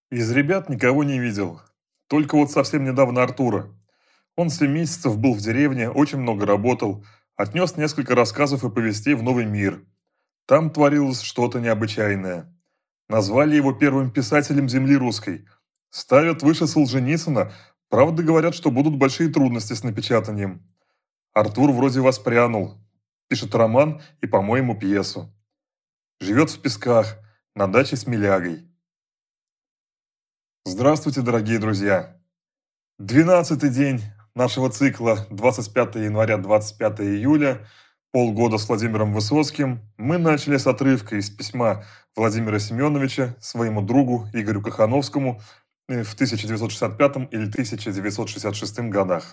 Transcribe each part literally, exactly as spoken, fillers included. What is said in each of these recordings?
Из ребят никого не видел. Только вот совсем недавно Артура. Он семь месяцев был в деревне, очень много работал, отнес несколько рассказов и повестей в новый мир. Там творилось что-то необычайное. Назвали его первым писателем земли русской. Ставят выше Солженицына, правда говорят, что будут большие трудности с напечатанием. Артур вроде воспрянул, пишет роман и, по-моему, пьесу. Живет в Песках, на даче с Милягой. Здравствуйте, дорогие друзья! Двенадцатый день нашего цикла, двадцать пятое января - двадцать пятое июля, полгода с Владимиром Высоцким. Мы начали с отрывка из письма Владимира Семеновича своему другу Игорю Кохановскому в тысяча девятьсот шестьдесят пятом или тысяча девятьсот шестьдесят шестом годах.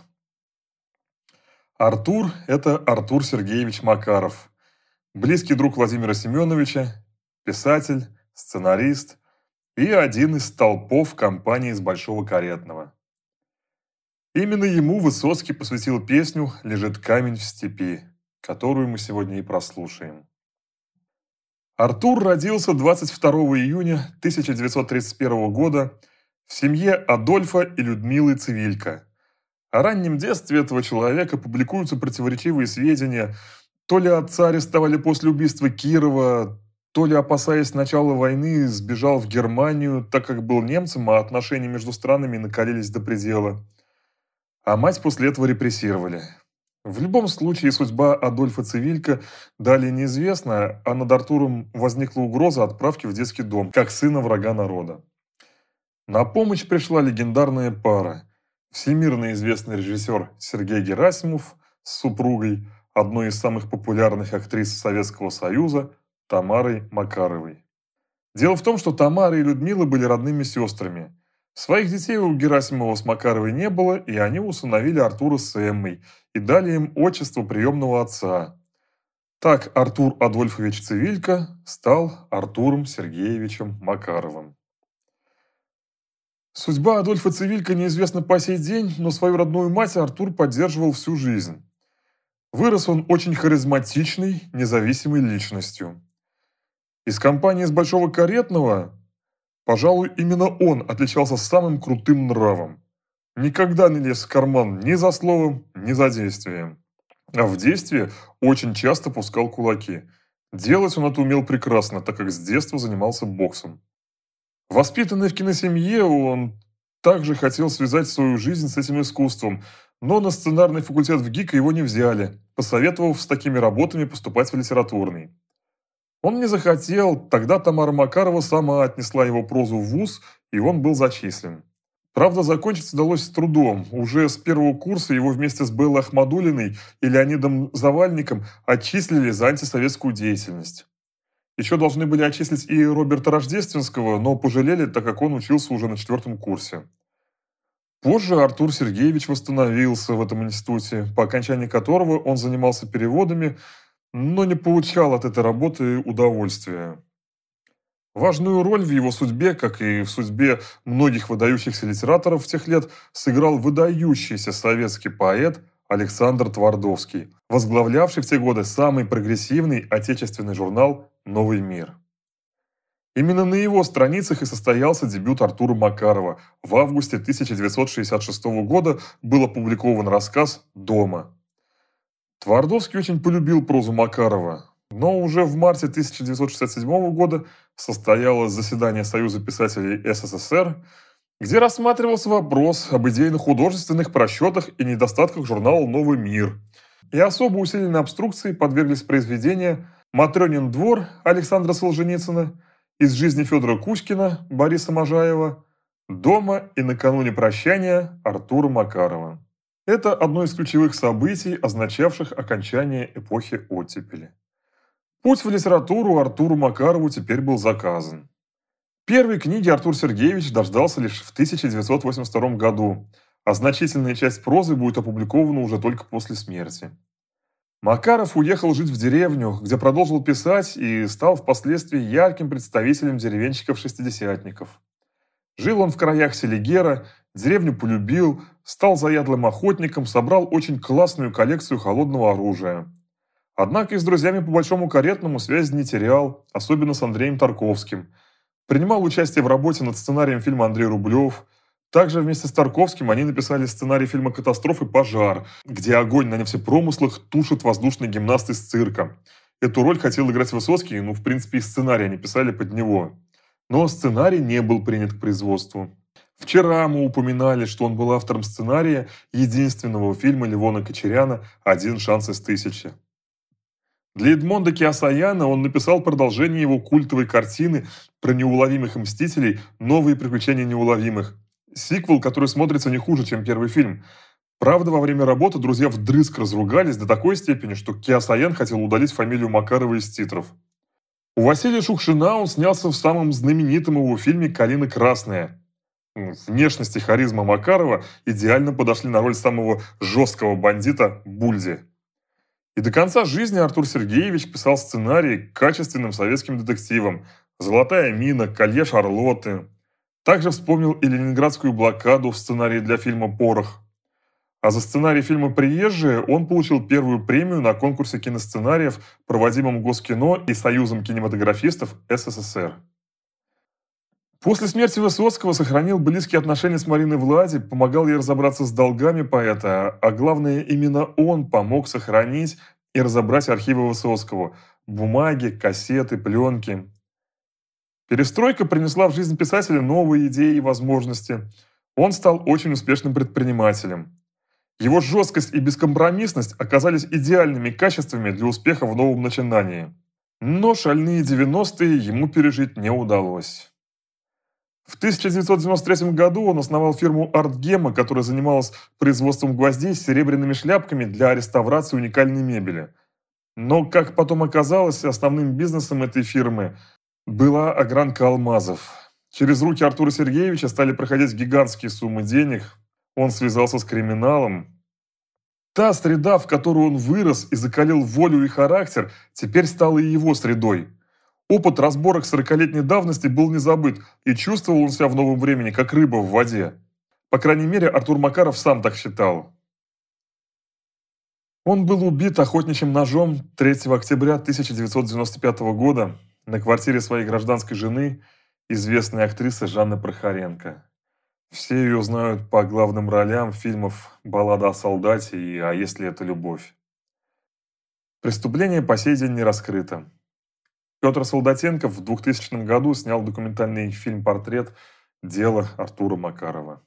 Артур – это Артур Сергеевич Макаров, близкий друг Владимира Семеновича, писатель, сценарист и один из столпов компании с Большого Каретного. Именно ему Высоцкий посвятил песню «Лежит камень в степи», которую мы сегодня и прослушаем. Артур родился двадцать второго июня тысяча девятьсот тридцать первого года в семье Адольфа и Людмилы Цивилько. О раннем детстве этого человека публикуются противоречивые сведения. То ли отца арестовали после убийства Кирова, то ли, опасаясь начала войны, сбежал в Германию, так как был немцем, а отношения между странами накалились до предела. А мать после этого репрессировали. В любом случае, судьба Адольфа Цивилько далее неизвестна, а над Артуром возникла угроза отправки в детский дом, как сына врага народа. На помощь пришла легендарная пара. Всемирно известный режиссер Сергей Герасимов с супругой, одной из самых популярных актрис Советского Союза, Тамарой Макаровой. Дело в том, что Тамара и Людмила были родными сестрами. Своих детей у Герасимова с Макаровой не было, и они усыновили Артура с Эммой и дали им отчество приемного отца. Так Артур Адольфович Цивилько стал Артуром Сергеевичем Макаровым. Судьба Адольфа Цивилько неизвестна по сей день, но свою родную мать Артур поддерживал всю жизнь. Вырос он очень харизматичной, независимой личностью. Из компании с Большого Каретного, пожалуй, именно он отличался самым крутым нравом. Никогда не лез в карман ни за словом, ни за действием. А в действии очень часто пускал кулаки. Делать он это умел прекрасно, так как с детства занимался боксом. Воспитанный в киносемье, он также хотел связать свою жизнь с этим искусством, но на сценарный факультет в ГИКа его не взяли, посоветовав с такими работами поступать в литературный. Он не захотел, тогда Тамара Макарова сама отнесла его прозу в вуз, и он был зачислен. Правда, закончить удалось с трудом. Уже с первого курса его вместе с Беллой Ахмадуллиной и Леонидом Завальником отчислили за антисоветскую деятельность. Еще должны были отчислить и Роберта Рождественского, но пожалели, так как он учился уже на четвертом курсе. Позже Артур Сергеевич восстановился в этом институте, по окончании которого он занимался переводами, но не получал от этой работы удовольствия. Важную роль в его судьбе, как и в судьбе многих выдающихся литераторов тех лет, сыграл выдающийся советский поэт Александр Твардовский, возглавлявший в те годы самый прогрессивный отечественный журнал «Новый мир». Именно на его страницах и состоялся дебют Артура Макарова. В августе тысяча девятьсот шестьдесят шестого года был опубликован рассказ «Дома». Твардовский очень полюбил прозу Макарова, но уже в марте тысяча девятьсот шестьдесят седьмого года состоялось заседание Союза писателей СССР, где рассматривался вопрос об идейно-художественных просчетах и недостатках журнала «Новый мир». И особо усиленной обструкции подверглись произведения «Матрёнин двор» Александра Солженицына, «Из жизни Федора Кузькина» Бориса Можаева, «Дома» и «Накануне прощания» Артура Макарова. Это одно из ключевых событий, означавших окончание эпохи оттепели. Путь в литературу Артуру Макарову теперь был заказан. Первой книги Артур Сергеевич дождался лишь в тысяча девятьсот восемьдесят втором году, а значительная часть прозы будет опубликована уже только после смерти. Макаров уехал жить в деревню, где продолжил писать и стал впоследствии ярким представителем деревенщиков-шестидесятников. Жил он в краях Селигера, деревню полюбил, стал заядлым охотником, собрал очень классную коллекцию холодного оружия. Однако и с друзьями по Большому Каретному связи не терял, особенно с Андреем Тарковским. Принимал участие в работе над сценарием фильма Андрей Рублев. Также вместе с Тарковским они написали сценарий фильма «Катастрофы. Пожар», где огонь на нефтепромыслах тушит воздушный гимнаст из цирка. Эту роль хотел играть Высоцкий, ну, в принципе, и сценарий они писали под него. Но сценарий не был принят к производству. Вчера мы упоминали, что он был автором сценария единственного фильма Левона Кочеряна «Один шанс из тысячи». Для Эдмонда Кеосаяна он написал продолжение его культовой картины про неуловимых мстителей «Новые приключения неуловимых». Сиквел, который смотрится не хуже, чем первый фильм. Правда, во время работы друзья вдрызг разругались до такой степени, что Кеосаян хотел удалить фамилию Макарова из титров. У Василия Шукшина он снялся в самом знаменитом его фильме «Калина красная». Внешность и харизма Макарова идеально подошли на роль самого жесткого бандита Бульди. И до конца жизни Артур Сергеевич писал сценарии к качественным советским детективам «Золотая мина», «Колье Шарлотты». Также вспомнил и ленинградскую блокаду в сценарии для фильма «Порох». А за сценарий фильма «Приезжие» он получил первую премию на конкурсе киносценариев, проводимом Госкино и Союзом кинематографистов СССР. После смерти Высоцкого сохранил близкие отношения с Мариной Влади, помогал ей разобраться с долгами поэта, а главное, именно он помог сохранить и разобрать архивы Высоцкого – бумаги, кассеты, пленки. Перестройка принесла в жизнь писателя новые идеи и возможности. Он стал очень успешным предпринимателем. Его жесткость и бескомпромиссность оказались идеальными качествами для успеха в новом начинании. Но шальные девяностые ему пережить не удалось. В тысяча девятьсот девяносто третьем году он основал фирму «Артгема», которая занималась производством гвоздей с серебряными шляпками для реставрации уникальной мебели. Но, как потом оказалось, основным бизнесом этой фирмы была огранка алмазов. Через руки Артура Сергеевича стали проходить гигантские суммы денег. Он связался с криминалом. Та среда, в которую он вырос и закалил волю и характер, теперь стала и его средой. Опыт разборок сорокалетней давности был не забыт, и чувствовал он себя в новом времени, как рыба в воде. По крайней мере, Артур Макаров сам так считал. Он был убит охотничьим ножом третьего октября тысяча девятьсот девяносто пятого года на квартире своей гражданской жены, известной актрисы Жанны Прохоренко. Все ее знают по главным ролям фильмов «Баллада о солдате» и «А если это любовь?». Преступление по сей день не раскрыто. Петр Солдатенко в двухтысячном году снял документальный фильм-портрет «Дело Артура Макарова».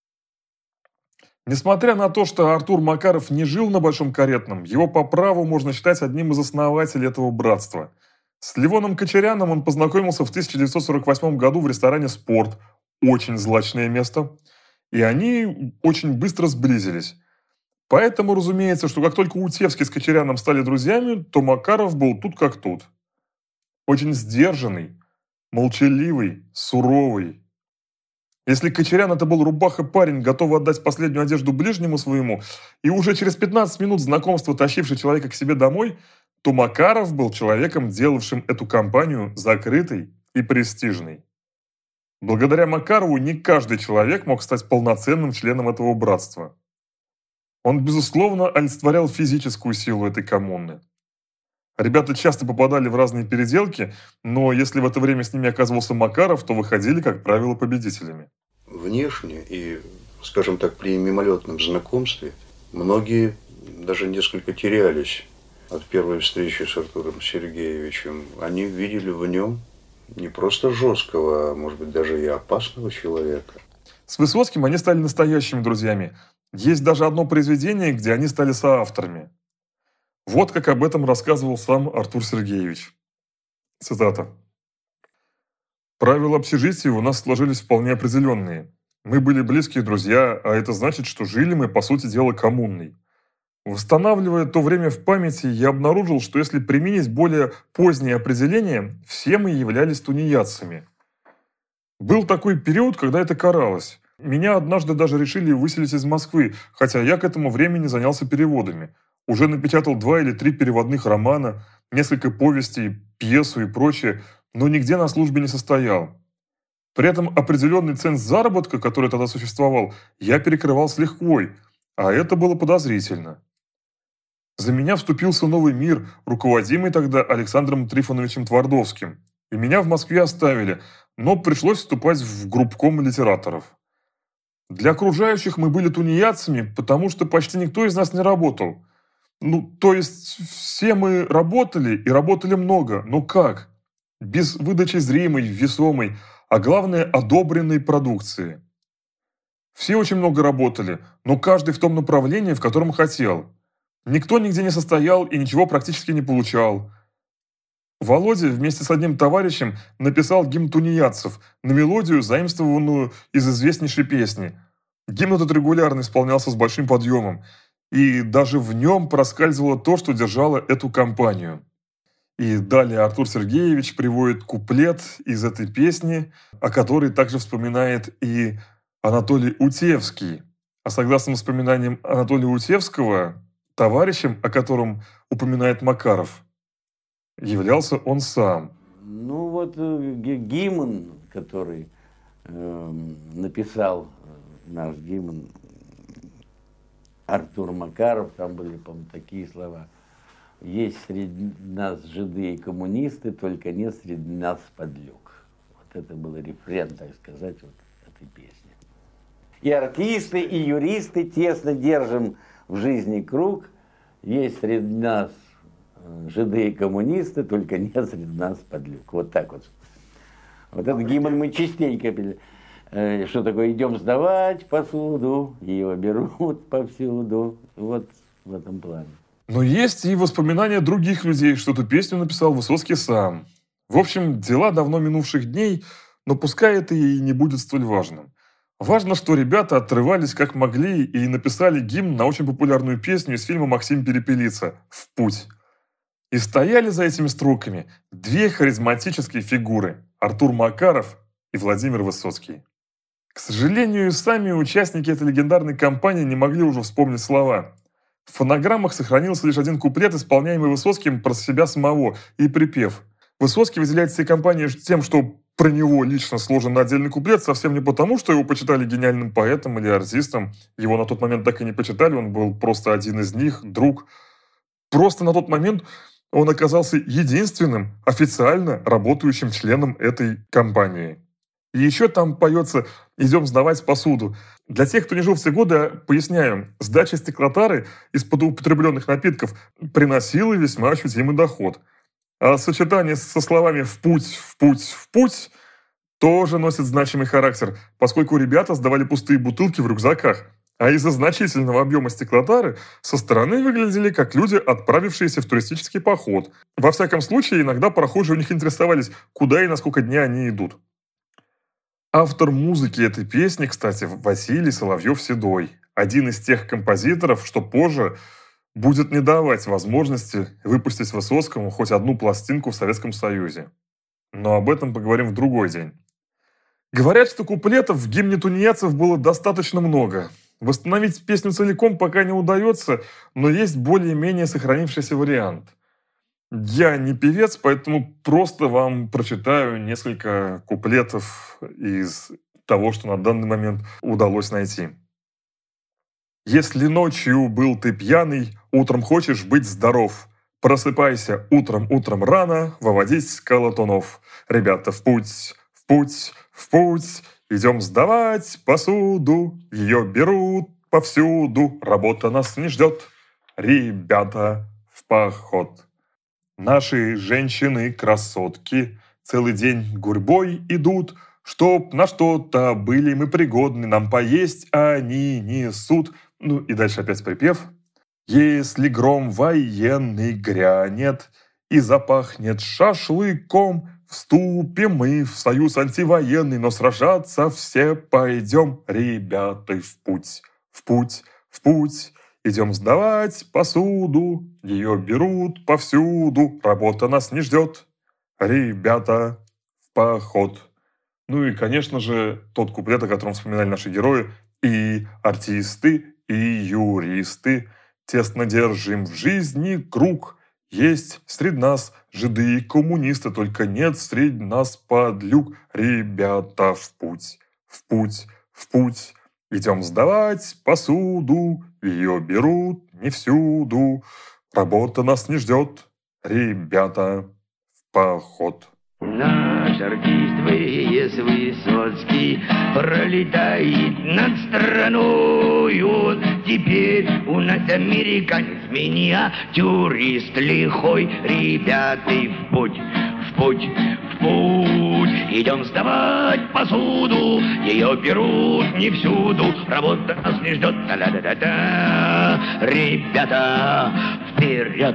Несмотря на то, что Артур Макаров не жил на Большом Каретном, его по праву можно считать одним из основателей этого братства. С Левоном Кочеряном он познакомился в тысяча девятьсот сорок восьмом году в ресторане «Спорт», очень злачное место, и они очень быстро сблизились. Поэтому, разумеется, что как только Утевский с Кочеряном стали друзьями, то Макаров был тут как тут. Очень сдержанный, молчаливый, суровый. Если Кочерян это был рубаха-парень, готовый отдать последнюю одежду ближнему своему, и уже через пятнадцать минут знакомства тащивший человека к себе домой, то Макаров был человеком, делавшим эту компанию закрытой и престижной. Благодаря Макарову не каждый человек мог стать полноценным членом этого братства. Он, безусловно, олицетворял физическую силу этой коммуны. Ребята часто попадали в разные переделки, но если в это время с ними оказывался Макаров, то выходили, как правило, победителями. Внешне и, скажем так, при мимолетном знакомстве многие даже несколько терялись от первой встречи с Артуром Сергеевичем. Они видели в нем не просто жесткого, а может быть даже и опасного человека. С Высоцким они стали настоящими друзьями. Есть даже одно произведение, где они стали соавторами. Вот как об этом рассказывал сам Артур Сергеевич. Цитата. «Правила общежития у нас сложились вполне определенные. Мы были близкие друзья, а это значит, что жили мы, по сути дела, коммунной. Восстанавливая то время в памяти, я обнаружил, что если применить более позднее определение, все мы являлись тунеядцами. Был такой период, когда это каралось. Меня однажды даже решили выселить из Москвы, хотя я к этому времени занялся переводами. Уже напечатал два или три переводных романа, несколько повестей, пьесу и прочее, но нигде на службе не состоял. При этом определенный ценз заработка, который тогда существовал, я перекрывал с лихвой, а это было подозрительно. За меня вступился новый мир, руководимый тогда Александром Трифоновичем Твардовским. И меня в Москве оставили, но пришлось вступать в группком литераторов. Для окружающих мы были тунеядцами, потому что почти никто из нас не работал. Ну, то есть все мы работали и работали много, но как? Без выдачи зримой, весомой, а главное одобренной продукции. Все очень много работали, но каждый в том направлении, в котором хотел. Никто нигде не состоял и ничего практически не получал. Володя вместе с одним товарищем написал гимн тунеядцев на мелодию, заимствованную из известнейшей песни. Гимн этот регулярно исполнялся с большим подъемом, и даже в нем проскальзывало то, что держало эту компанию. И далее Артур Сергеевич приводит куплет из этой песни, о которой также вспоминает и Анатолий Утевский. А согласно воспоминаниям Анатолия Утевского, товарищем, о котором упоминает Макаров, являлся он сам. Ну вот э, гимн, который э, написал наш гимн Артур Макаров, там были, по-моему, такие слова. Есть среди нас жиды и коммунисты, только нет среди нас подлюк. Вот это был рефрен, так сказать, вот этой песни. И артисты, и юристы тесно держим в жизни круг. Есть среди нас жиды и коммунисты, только нет среди нас подлюк. Вот так вот. Вот этот гимн мы частенько пели. Что такое? Идем сдавать посуду, ее берут повсюду. Вот в этом плане. Но есть и воспоминания других людей, что эту песню написал Высоцкий сам. В общем, дела давно минувших дней, но пускай это и не будет столь важным. Важно, что ребята отрывались как могли и написали гимн на очень популярную песню из фильма «Максим Перепелица» «В путь». И стояли за этими строками две харизматические фигуры – Артур Макаров и Владимир Высоцкий. К сожалению, сами участники этой легендарной кампании не могли уже вспомнить слова. В фонограммах сохранился лишь один куплет, исполняемый Высоцким про себя самого, и припев. Высоцкий выделяет всей компании тем, что про него лично сложен на отдельный куплет, совсем не потому, что его почитали гениальным поэтом или артистом. Его на тот момент так и не почитали, он был просто один из них, друг. Просто на тот момент он оказался единственным официально работающим членом этой компании. И еще там поется «Идем сдавать посуду». Для тех, кто не жил в те годы, поясняю, сдача стеклотары из-под употребленных напитков приносила весьма ощутимый доход. А сочетание со словами «в путь, в путь, в путь» тоже носит значимый характер, поскольку ребята сдавали пустые бутылки в рюкзаках, а из-за значительного объема стеклотары со стороны выглядели как люди, отправившиеся в туристический поход. Во всяком случае, иногда прохожие у них интересовались, куда и на сколько дней они идут. Автор музыки этой песни, кстати, Василий Соловьев-Седой, один из тех композиторов, что позже будет не давать возможности выпустить Высоцкому хоть одну пластинку в Советском Союзе. Но об этом поговорим в другой день. Говорят, что куплетов в гимне тунеядцев было достаточно много. Восстановить песню целиком пока не удается, но есть более-менее сохранившийся вариант. Я не певец, поэтому просто вам прочитаю несколько куплетов из того, что на данный момент удалось найти. «Если ночью был ты пьяный, утром хочешь быть здоров. Просыпайся утром, утром рано, выводить колотунов. Ребята, в путь, в путь, в путь, идем сдавать посуду. Ее берут повсюду, работа нас не ждет. Ребята, в поход». Наши женщины-красотки целый день гурьбой идут, чтоб на что-то были мы пригодны, нам поесть они несут. Ну и дальше опять припев. Если гром военный грянет и запахнет шашлыком, вступим мы в союз антивоенный, но сражаться все пойдем, ребята, в путь, в путь, в путь. Идем сдавать посуду, ее берут повсюду, работа нас не ждет, ребята, в поход. Ну и, конечно же, тот куплет, о котором вспоминали наши герои, и артисты, и юристы, тесно держим в жизни круг. Есть среди нас жиды и коммунисты, только нет среди нас подлюк. Ребята, в путь, в путь, в путь. Идем сдавать посуду, ее берут не всюду. Работа нас не ждет, ребята, в поход. Наш артист вэ эс Высоцкий пролетает над страной. Он теперь у нас американец, миниатюрист лихой. Ребята, в путь, в путь, в путь. Идем сдавать посуду, ее берут не всюду. Работа нас не ждет, та-ля-да-да-да. Ребята, вперед!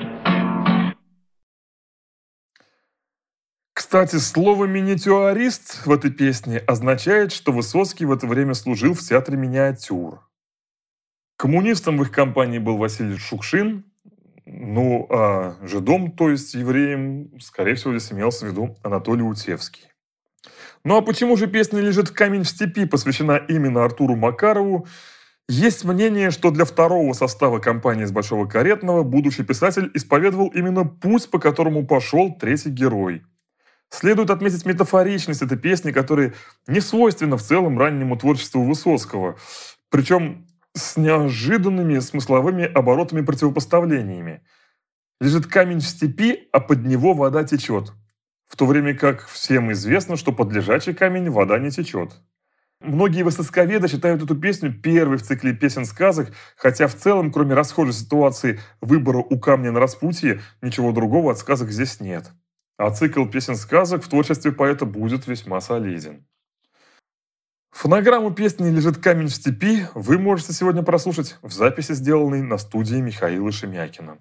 Кстати, слово «миниатюрист» в этой песне означает, что Высоцкий в это время служил в театре миниатюр. Коммунистом в их компании был Василий Шукшин, ну а жидом, то есть евреем, скорее всего, здесь имелся в виду Анатолий Утевский. Ну а почему же песня «Лежит камень в степи» посвящена именно Артуру Макарову? Есть мнение, что для второго состава компании из Большого Каретного будущий писатель исповедовал именно путь, по которому пошел третий герой. Следует отметить метафоричность этой песни, которая не свойственна в целом раннему творчеству Высоцкого, причем с неожиданными смысловыми оборотами и противопоставлениями. Лежит камень в степи, а под него вода течет, в то время как всем известно, что под лежачий камень вода не течет. Многие высоцковеды считают эту песню первой в цикле песен-сказок, хотя в целом, кроме расхожей ситуации выбора у камня на распутье, ничего другого от сказок здесь нет. А цикл песен-сказок в творчестве поэта будет весьма солиден. Фонограмму песни «Лежит камень в степи» вы можете сегодня прослушать в записи, сделанной на студии Михаила Шемякина.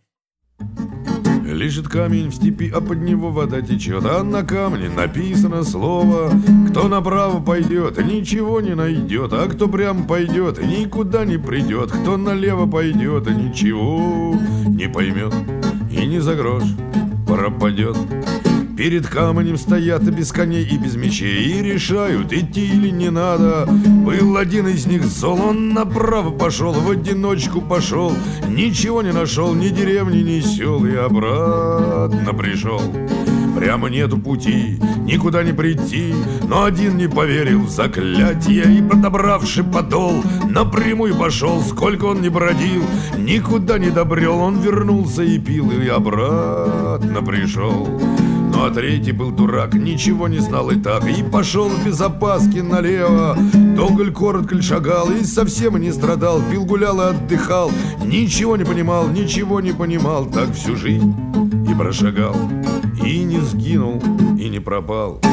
Лежит камень в степи, а под него вода течет, а на камне написано слово. Кто направо пойдет, ничего не найдет, а кто прямо пойдет, никуда не придет. Кто налево пойдет, ничего не поймет и ни за грош пропадет. Перед камнем стоят без коней и без мечей и решают, идти или не надо. Был один из них зол, он направо пошел, в одиночку пошел, ничего не нашел, ни деревни, ни сел, и обратно пришел. Прямо нету пути, никуда не прийти, но один не поверил в заклятие и, подобравши подол, напрямую пошел. Сколько он не бродил, никуда не добрел, он вернулся и пил, и обратно пришел. Ну а третий был дурак, ничего не знал и так, и пошел без опаски налево. Долго ль, коротко ль шагал, и совсем не страдал, пил, гулял и отдыхал, ничего не понимал, ничего не понимал, так всю жизнь и прошагал, и не сгинул, и не пропал.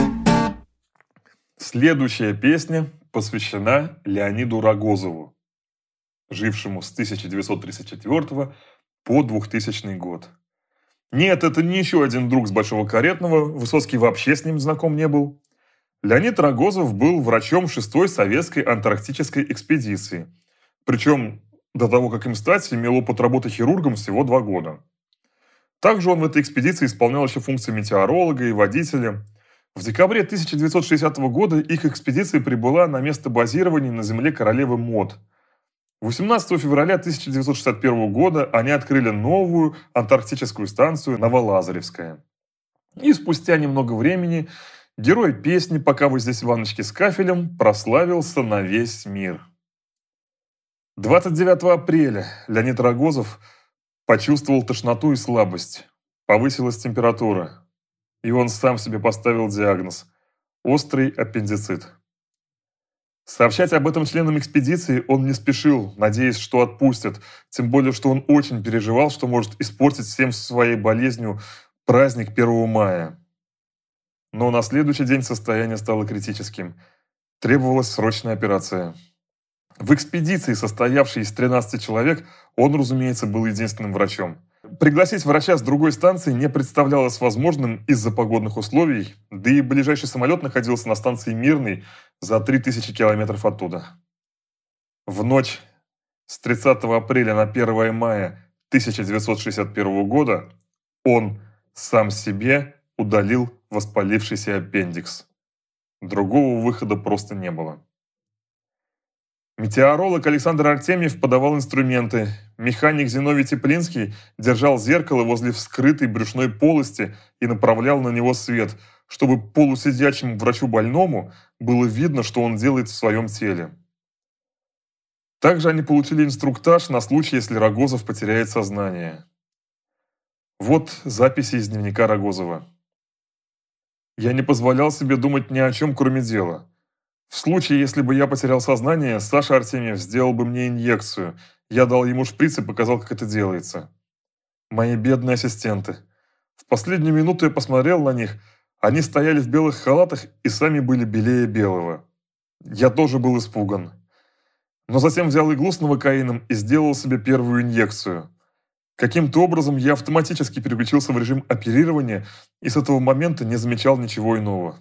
Следующая песня посвящена Леониду Рогозову, жившему с тысяча девятьсот тридцать четвёртого по двухтысячный год. Нет, это не еще один друг с Большого Каретного, Высоцкий вообще с ним знаком не был. Леонид Рогозов был врачом шестой советской антарктической экспедиции. Причем до того, как им стать, имел опыт работы хирургом всего два года. Также он в этой экспедиции исполнял еще функции метеоролога и водителя. В декабре тысяча девятьсот шестидесятого года их экспедиция прибыла на место базирования на земле королевы Мод. восемнадцатого февраля тысяча девятьсот шестьдесят первого года они открыли новую антарктическую станцию Новолазаревская. И спустя немного времени герой песни «Пока вы здесь, ванночки с кафелем» прославился на весь мир. двадцать девятого апреля Леонид Рогозов почувствовал тошноту и слабость. Повысилась температура. И он сам себе поставил диагноз – острый аппендицит. Сообщать об этом членам экспедиции он не спешил, надеясь, что отпустят, тем более, что он очень переживал, что может испортить всем своей болезнью праздник первого мая. Но на следующий день состояние стало критическим. Требовалась срочная операция. В экспедиции, состоявшей из тринадцати человек, он, разумеется, был единственным врачом. Пригласить врача с другой станции не представлялось возможным из-за погодных условий, да и ближайший самолет находился на станции Мирный за три тысячи километров оттуда. В ночь с тридцатого апреля на первое мая тысяча девятьсот шестьдесят первого года он сам себе удалил воспалившийся аппендикс. Другого выхода просто не было. Метеоролог Александр Артемьев подавал инструменты. Механик Зиновий Теплинский держал зеркало возле вскрытой брюшной полости и направлял на него свет, чтобы полусидячему врачу больному было видно, что он делает в своем теле. Также они получили инструктаж на случай, если Рогозов потеряет сознание. Вот записи из дневника Рогозова. Я не позволял себе думать ни о чем, кроме дела. В случае, если бы я потерял сознание, Саша Артемьев сделал бы мне инъекцию. Я дал ему шприц и показал, как это делается. Мои бедные ассистенты. В последнюю минуту я посмотрел на них. Они стояли в белых халатах и сами были белее белого. Я тоже был испуган. Но затем взял иглу с новокаином и сделал себе первую инъекцию. Каким-то образом я автоматически переключился в режим оперирования и с этого момента не замечал ничего иного.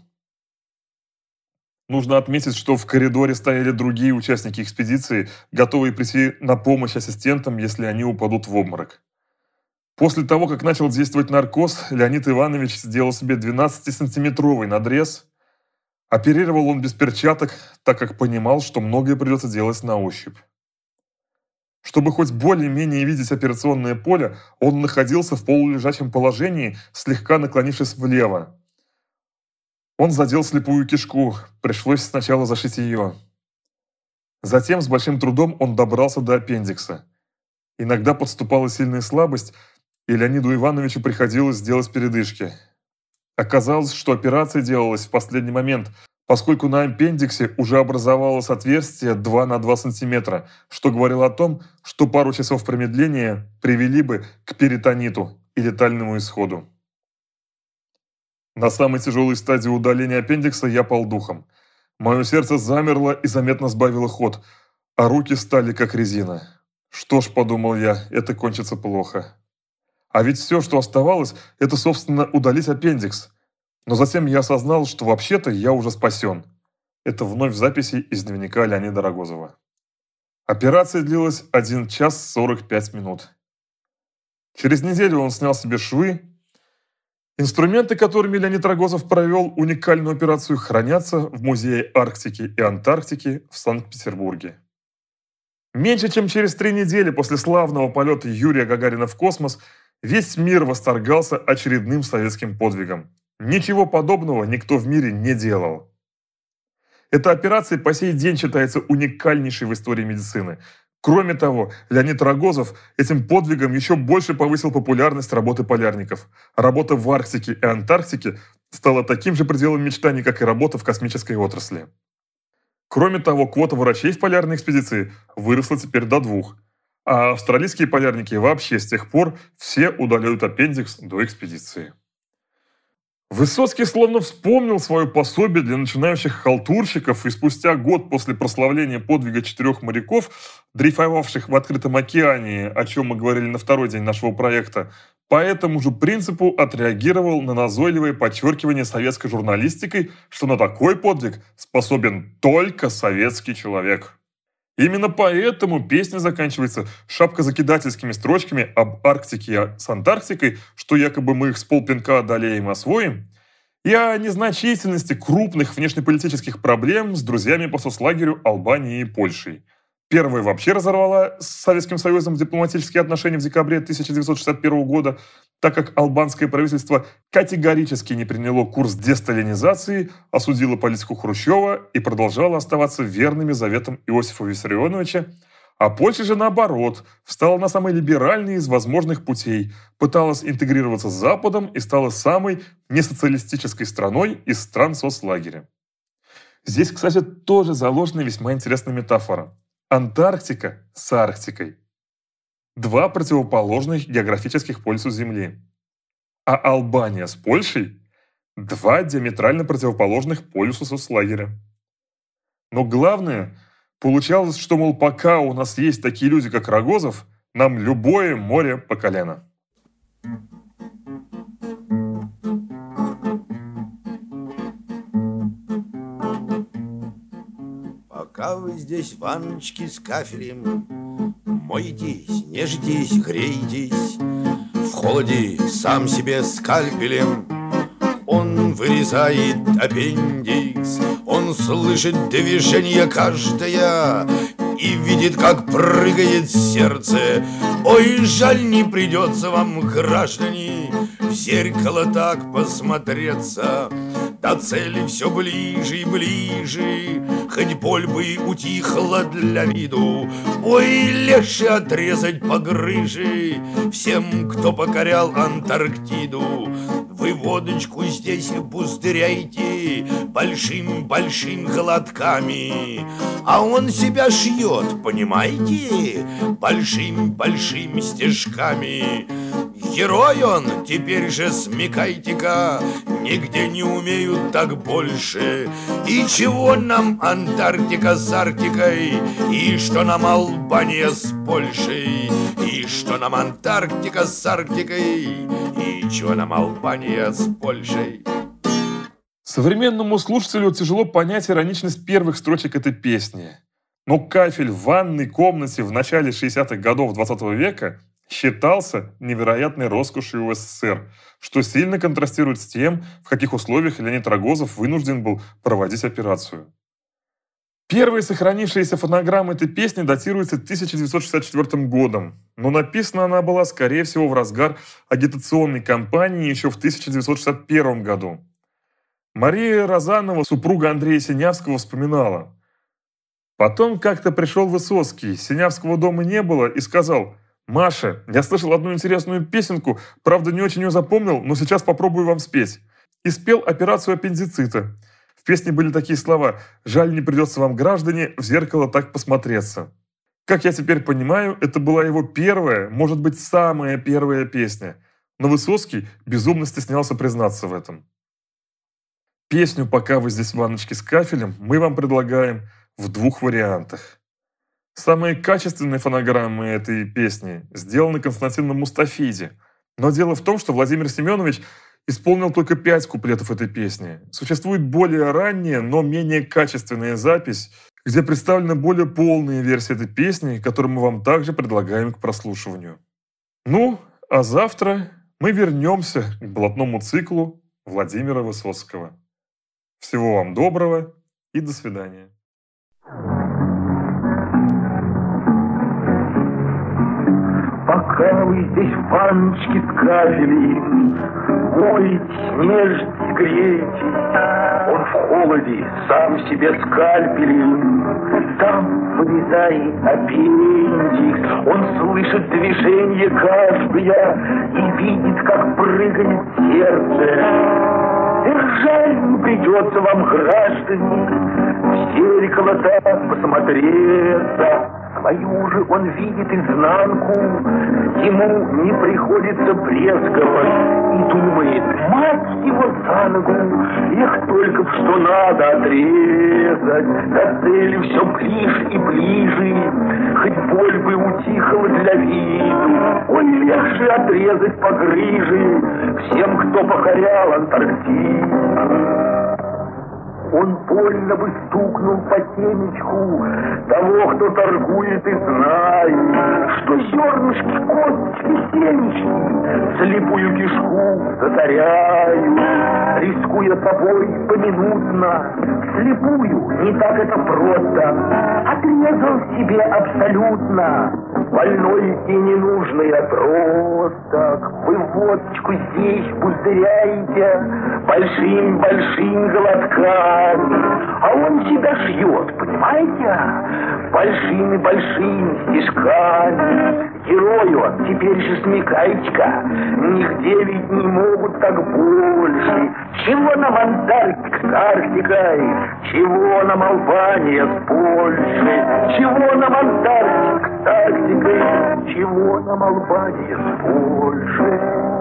Нужно отметить, что в коридоре стояли другие участники экспедиции, готовые прийти на помощь ассистентам, если они упадут в обморок. После того, как начал действовать наркоз, Леонид Иванович сделал себе двенадцатисантиметровый надрез. Оперировал он без перчаток, так как понимал, что многое придется делать на ощупь. Чтобы хоть более-менее видеть операционное поле, он находился в полулежачем положении, слегка наклонившись влево. Он задел слепую кишку, пришлось сначала зашить ее. Затем с большим трудом он добрался до аппендикса. Иногда подступала сильная слабость, и Леониду Ивановичу приходилось сделать передышки. Оказалось, что операция делалась в последний момент, поскольку на аппендиксе уже образовалось отверстие два на два сантиметра, что говорило о том, что пару часов промедления привели бы к перитониту и летальному исходу. На самой тяжелой стадии удаления аппендикса я пал духом. Мое сердце замерло и заметно сбавило ход, а руки стали как резина. Что ж, подумал я, это кончится плохо. А ведь все, что оставалось, это, собственно, удалить аппендикс. Но затем я осознал, что вообще-то я уже спасен. Это вновь записи из дневника Леонида Рогозова. Операция длилась один час сорок пять минут. Через неделю он снял себе швы. Инструменты, которыми Леонид Рогозов провел уникальную операцию, хранятся в Музее Арктики и Антарктики в Санкт-Петербурге. Меньше чем через три недели после славного полета Юрия Гагарина в космос весь мир восторгался очередным советским подвигом. Ничего подобного никто в мире не делал. Эта операция по сей день считается уникальнейшей в истории медицины. Кроме того, Леонид Рогозов этим подвигом еще больше повысил популярность работы полярников. Работа в Арктике и Антарктике стала таким же пределом мечтаний, как и работа в космической отрасли. Кроме того, квота врачей в полярной экспедиции выросла теперь до двух, а австралийские полярники вообще с тех пор все удаляют аппендикс до экспедиции. Высоцкий словно вспомнил свое пособие для начинающих халтурщиков, и спустя год после прославления подвига четырех моряков, дрейфовавших в открытом океане, о чем мы говорили на второй день нашего проекта, по этому же принципу отреагировал на назойливое подчеркивание советской журналистикой, что на такой подвиг способен только советский человек. Именно поэтому песня заканчивается шапкозакидательскими строчками об Арктике с Антарктикой, что якобы мы их с полпинка одолеем и освоим, и о незначительности крупных внешнеполитических проблем с друзьями по соцлагерю Албанией и Польшей. Первая вообще разорвала с Советским Союзом дипломатические отношения в декабре тысяча девятьсот шестьдесят первого года, так как албанское правительство категорически не приняло курс десталинизации, осудило политику Хрущева и продолжало оставаться верными заветам Иосифа Виссарионовича, а Польша же, наоборот, встала на самый либеральный из возможных путей, пыталась интегрироваться с Западом и стала самой несоциалистической страной из стран соцлагеря. Здесь, кстати, тоже заложена весьма интересная метафора. Антарктика с Арктикой. Два противоположных географических полюса Земли. А Албания с Польшей – два диаметрально противоположных полюса соцлагеря. Но главное, получалось, что, мол, пока у нас есть такие люди, как Рогозов, нам любое море по колено. Пока вы здесь, ванночки с кафелем, моетесь, нежитесь, греетесь, в холоде сам себе скальпелем он вырезает аппендикс, он слышит движение каждое и видит, как прыгает сердце. Ой, жаль, не придется вам, граждане, в зеркало так посмотреться. до цели все ближе и ближе, хоть боль бы утихла для виду. Ой, легче отрезать погрыжи всем, кто покорял Антарктиду. Вы водочку здесь пустыряйте большим-большим глотками, а он себя шьет, понимаете, большим-большим стежками. Герой он, теперь же смекайте-ка, нигде не умеют так больше. И чего нам Антарктика с Арктикой, и что нам Албания с Польшей, и что нам Антарктика с Арктикой, и чего нам Албания с Польшей. Современному слушателю тяжело понять ироничность первых строчек этой песни. Но кафель в ванной комнате в начале шестидесятых годов двадцатого века считался невероятной роскошью у СССР, что сильно контрастирует с тем, в каких условиях Леонид Рогозов вынужден был проводить операцию. Первые сохранившиеся фонограммы этой песни датируются тысяча девятьсот шестьдесят четвёртым годом, но написана она была, скорее всего, в разгар агитационной кампании еще в тысяча девятьсот шестьдесят первом году. Мария Розанова, супруга Андрея Синявского, вспоминала: «Потом как-то пришел Высоцкий, Синявского дома не было, и сказал: «Маша, я слышал одну интересную песенку, правда, не очень ее запомнил, но сейчас попробую вам спеть». И спел «Операцию аппендицита». В песне были такие слова: «Жаль, не придется вам, граждане, в зеркало так посмотреться». Как я теперь понимаю, это была его первая, может быть, самая первая песня. Но Высоцкий безумно стеснялся признаться в этом. Песню «Пока вы здесь, ванночки с кафелем» мы вам предлагаем в двух вариантах. Самые качественные фонограммы этой песни сделаны Константином Мустафиди. Но дело в том, что Владимир Семенович исполнил только пять куплетов этой песни. Существует более ранняя, но менее качественная запись, где представлена более полная версия этой песни, которую мы вам также предлагаем к прослушиванию. Ну, а завтра мы вернемся к блатному циклу Владимира Высоцкого. Всего вам доброго и до свидания. Пока вы здесь в ванночке с кафелем моетесь, нежитесь, греетесь, он в холоде сам себе скальпелем там вырезает аппендикс. Он слышит движение каждое и видит, как прыгает сердце. Жаль, не придется вам, граждане, в зеркало так посмотреться. Свою же он видит изнанку, ему не приходится брезговать и думает: мать его за ногу, их только б что надо отрезать. До цели все ближе и ближе, хоть боль бы утихла для виду. Ой, легче отрезать погрыжи всем, кто покорял Антарктиду. Он больно бы стукнул по темечку того, кто торгует, и знает, что зернышки, косточки, семечки слепую кишку затаряют, рискуя собой поминутно. Слепую не так это просто, отрезал себе абсолютно больной и ненужный отросток. Вы водочку здесь пузыряете большим-большим глотками, а он себя шьет, понимаете, большими-большими стежками. Герой он, теперь же смекайте-ка, нигде ведь не могут так больше. Чего нам Антарктика с Арктикой, чего нам Албания с Польшей, чего нам Антарктика с Арктикой, чего нам Албания с Польшей.